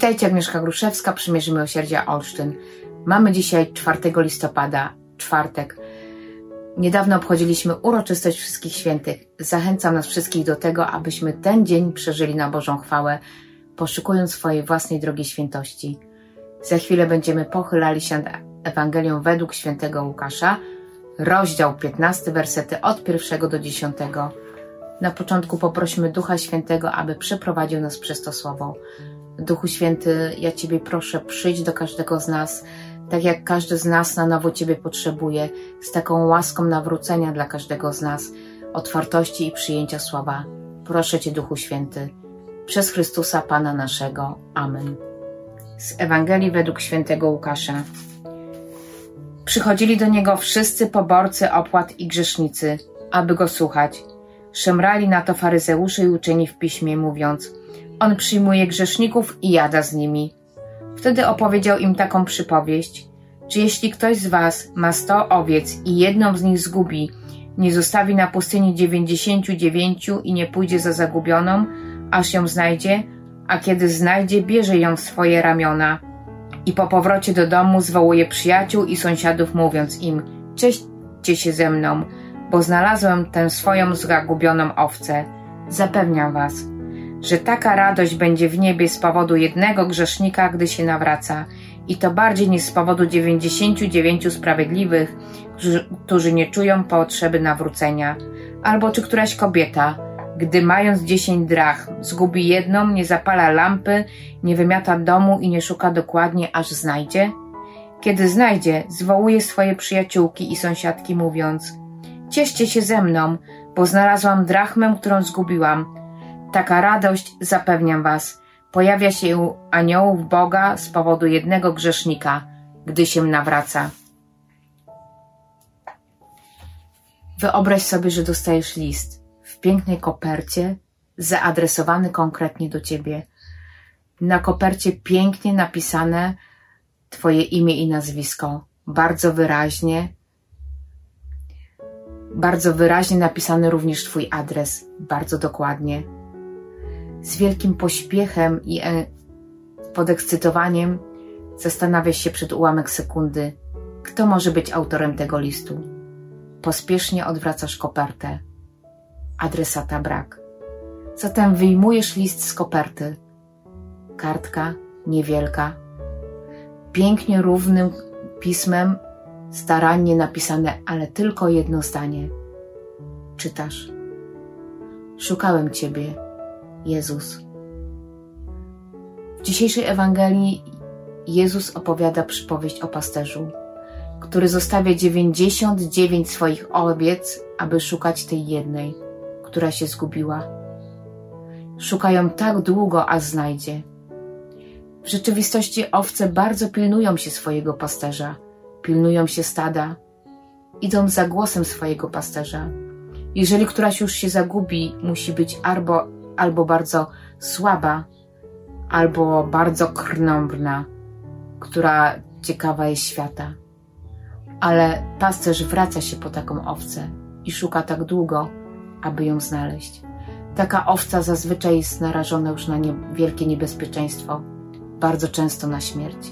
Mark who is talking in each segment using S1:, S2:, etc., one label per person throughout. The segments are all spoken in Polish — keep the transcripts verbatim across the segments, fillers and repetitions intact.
S1: Witajcie, Agnieszka Gruszewska, Przymierze Miłosierdzia Olsztyn. Mamy dzisiaj czwartego listopada, czwartek. Niedawno obchodziliśmy uroczystość Wszystkich Świętych. Zachęcam nas wszystkich do tego, abyśmy ten dzień przeżyli na Bożą chwałę, poszukując swojej własnej drogi świętości. Za chwilę będziemy pochylali się nad Ewangelią według świętego Łukasza, rozdział piętnasty, wersety od pierwszego do dziesiątego. Na początku poprosimy Ducha Świętego, aby przeprowadził nas przez to słowo. Duchu Święty, ja Ciebie proszę, przyjdź do każdego z nas, tak jak każdy z nas na nowo Ciebie potrzebuje, z taką łaską nawrócenia dla każdego z nas, otwartości i przyjęcia słowa. Proszę Cię, Duchu Święty, przez Chrystusa Pana naszego. Amen. Z Ewangelii według świętego Łukasza. Przychodzili do Niego wszyscy poborcy opłat i grzesznicy, aby Go słuchać. Szemrali na to faryzeusze i uczeni w piśmie, mówiąc: On przyjmuje grzeszników i jada z nimi. Wtedy opowiedział im taką przypowieść: czy jeśli ktoś z was ma sto owiec i jedną z nich zgubi, nie zostawi na pustyni dziewięćdziesięciu dziewięciu i nie pójdzie za zagubioną, aż ją znajdzie, a kiedy znajdzie, bierze ją w swoje ramiona i po powrocie do domu zwołuje przyjaciół i sąsiadów, mówiąc im: cieszcie się ze mną, bo znalazłem tę swoją zagubioną owcę. Zapewniam was, że taka radość będzie w niebie z powodu jednego grzesznika, gdy się nawraca, i to bardziej niż z powodu dziewięćdziesięciu dziewięciu sprawiedliwych, którzy, którzy nie czują potrzeby nawrócenia. Albo czy któraś kobieta, gdy mając dziesięć drachm, zgubi jedną, nie zapala lampy, nie wymiata domu i nie szuka dokładnie, aż znajdzie? Kiedy znajdzie, zwołuje swoje przyjaciółki i sąsiadki, mówiąc: cieszcie się ze mną, bo znalazłam drachmę, którą zgubiłam. Taka radość, zapewniam was, pojawia się u aniołów Boga z powodu jednego grzesznika, gdy się nawraca. Wyobraź sobie, że dostajesz list w pięknej kopercie, zaadresowany konkretnie do ciebie. Na kopercie pięknie napisane twoje imię i nazwisko, bardzo wyraźnie, bardzo wyraźnie napisany również twój adres, bardzo dokładnie. Z wielkim pośpiechem i podekscytowaniem zastanawiasz się przed ułamek sekundy, kto może być autorem tego listu. Pospiesznie odwracasz kopertę. Adresata brak. Zatem wyjmujesz list z koperty. Kartka niewielka, pięknie równym pismem, starannie napisane, ale tylko jedno zdanie. Czytasz: szukałem Ciebie, Jezus. W dzisiejszej Ewangelii Jezus opowiada przypowieść o pasterzu, który zostawia dziewięćdziesiąt dziewięć swoich owiec, aby szukać tej jednej, która się zgubiła. Szukają tak długo, aż znajdzie. W rzeczywistości owce bardzo pilnują się swojego pasterza, pilnują się stada, idą za głosem swojego pasterza. Jeżeli któraś już się zagubi, musi być albo, albo bardzo słaba, albo bardzo krnąbrna, która ciekawa jest świata. Ale pasterz wraca się po taką owcę i szuka tak długo, aby ją znaleźć. Taka owca zazwyczaj jest narażona już na nie, wielkie niebezpieczeństwo, bardzo często na śmierć.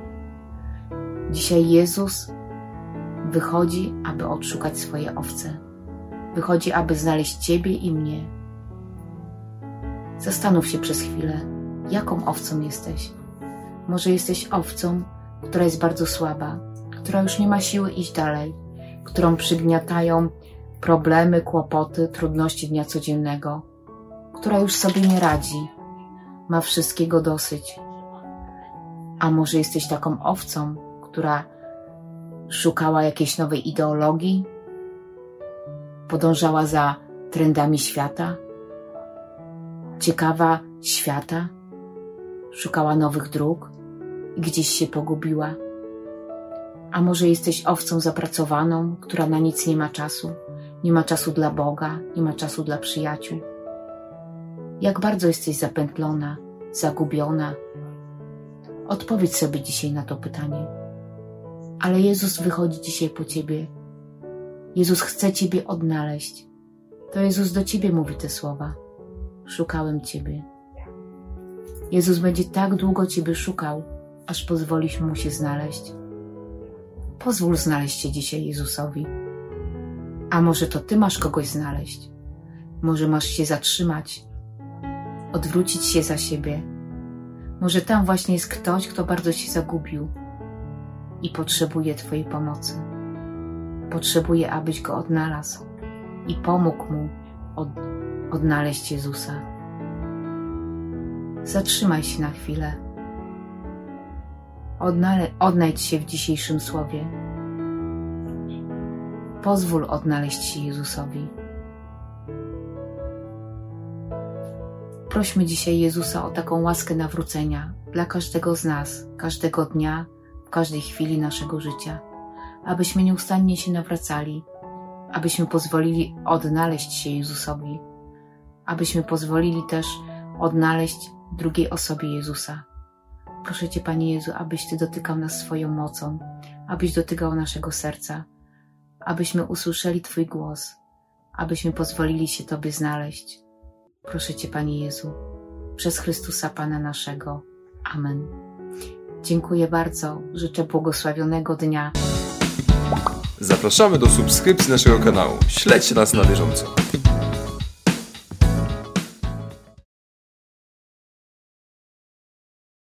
S1: Dzisiaj Jezus wychodzi, aby odszukać swoje owce. Wychodzi, aby znaleźć Ciebie i mnie. Zastanów się przez chwilę, jaką owcą jesteś. Może jesteś owcą, która jest bardzo słaba, która już nie ma siły iść dalej, którą przygniatają problemy, kłopoty, trudności dnia codziennego, która już sobie nie radzi, ma wszystkiego dosyć. A może jesteś taką owcą, która szukała jakiejś nowej ideologii, podążała za trendami świata, ciekawa świata, szukała nowych dróg i gdzieś się pogubiła. A może jesteś owcą zapracowaną, która na nic nie ma czasu, nie ma czasu dla Boga, nie ma czasu dla przyjaciół. Jak bardzo jesteś zapętlona, zagubiona? Odpowiedz sobie dzisiaj na to pytanie. Ale Jezus wychodzi dzisiaj po Ciebie. Jezus chce Ciebie odnaleźć. To Jezus do Ciebie mówi te słowa. Szukałem Ciebie. Jezus będzie tak długo Ciebie szukał, aż pozwolisz Mu się znaleźć. Pozwól znaleźć się dzisiaj Jezusowi. A może to Ty masz kogoś znaleźć? Może masz się zatrzymać, odwrócić się za siebie. Może tam właśnie jest ktoś, kto bardzo się zagubił i potrzebuje Twojej pomocy. Potrzebuje, abyś go odnalazł i pomógł mu od, odnaleźć Jezusa. Zatrzymaj się na chwilę. Odnale, odnajdź się w dzisiejszym słowie. Pozwól odnaleźć się Jezusowi. Prośmy dzisiaj Jezusa o taką łaskę nawrócenia dla każdego z nas, każdego dnia, w każdej chwili naszego życia, abyśmy nieustannie się nawracali, abyśmy pozwolili odnaleźć się Jezusowi, abyśmy pozwolili też odnaleźć drugiej osobie Jezusa. Proszę Cię, Panie Jezu, abyś Ty dotykał nas swoją mocą, abyś dotykał naszego serca, abyśmy usłyszeli Twój głos, abyśmy pozwolili się Tobie znaleźć. Proszę Cię, Panie Jezu, przez Chrystusa Pana naszego. Amen. Dziękuję bardzo, życzę błogosławionego dnia.
S2: Zapraszamy do subskrypcji naszego kanału. Śledźcie nas na bieżąco.